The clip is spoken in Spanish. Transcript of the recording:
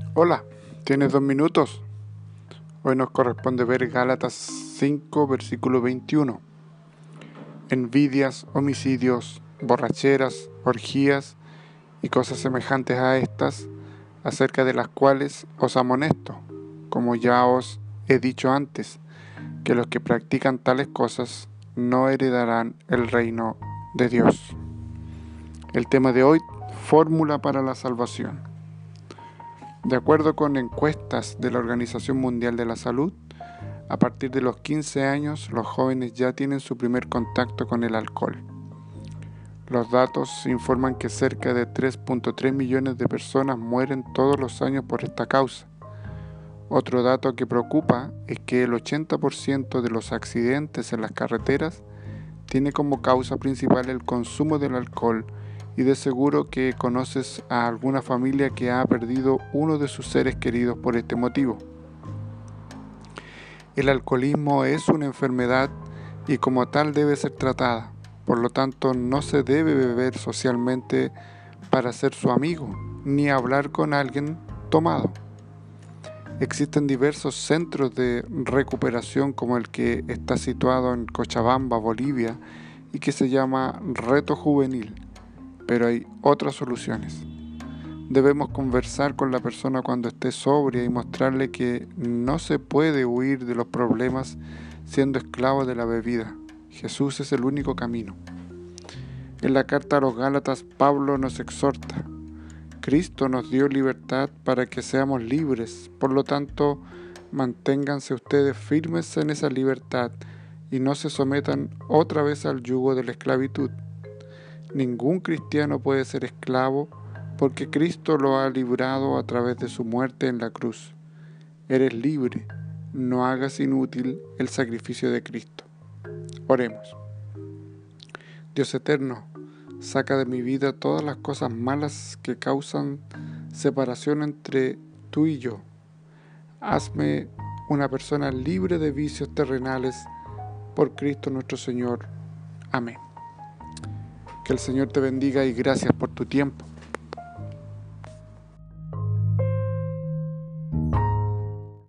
Hola, ¿tienes 2 minutos? Hoy nos corresponde ver Gálatas 5, versículo 21. Envidias, homicidios, borracheras, orgías y cosas semejantes a estas, acerca de las cuales os amonesto, como ya os he dicho antes, que los que practican tales cosas no heredarán el reino de Dios. El tema de hoy, fórmula para la salvación. De acuerdo con encuestas de la Organización Mundial de la Salud, a partir de los 15 años los jóvenes ya tienen su primer contacto con el alcohol. Los datos informan que cerca de 3.3 millones de personas mueren todos los años por esta causa. Otro dato que preocupa es que el 80% de los accidentes en las carreteras tiene como causa principal el consumo del alcohol, y de seguro que conoces a alguna familia que ha perdido uno de sus seres queridos por este motivo. El alcoholismo es una enfermedad y como tal debe ser tratada. Por lo tanto, no se debe beber socialmente para ser su amigo, ni hablar con alguien tomado. Existen diversos centros de recuperación como el que está situado en Cochabamba, Bolivia, y que se llama Reto Juvenil, pero hay otras soluciones. Debemos conversar con la persona cuando esté sobria y mostrarle que no se puede huir de los problemas siendo esclavo de la bebida. Jesús es el único camino. En la carta a los Gálatas, Pablo nos exhorta: Cristo nos dio libertad para que seamos libres, por lo tanto, manténganse ustedes firmes en esa libertad y no se sometan otra vez al yugo de la esclavitud. Ningún cristiano puede ser esclavo porque Cristo lo ha librado a través de su muerte en la cruz. Eres libre, no hagas inútil el sacrificio de Cristo. Oremos. Dios eterno, saca de mi vida todas las cosas malas que causan separación entre tú y yo. Hazme una persona libre de vicios terrenales por Cristo nuestro Señor. Amén. Que el Señor te bendiga y gracias por tu tiempo.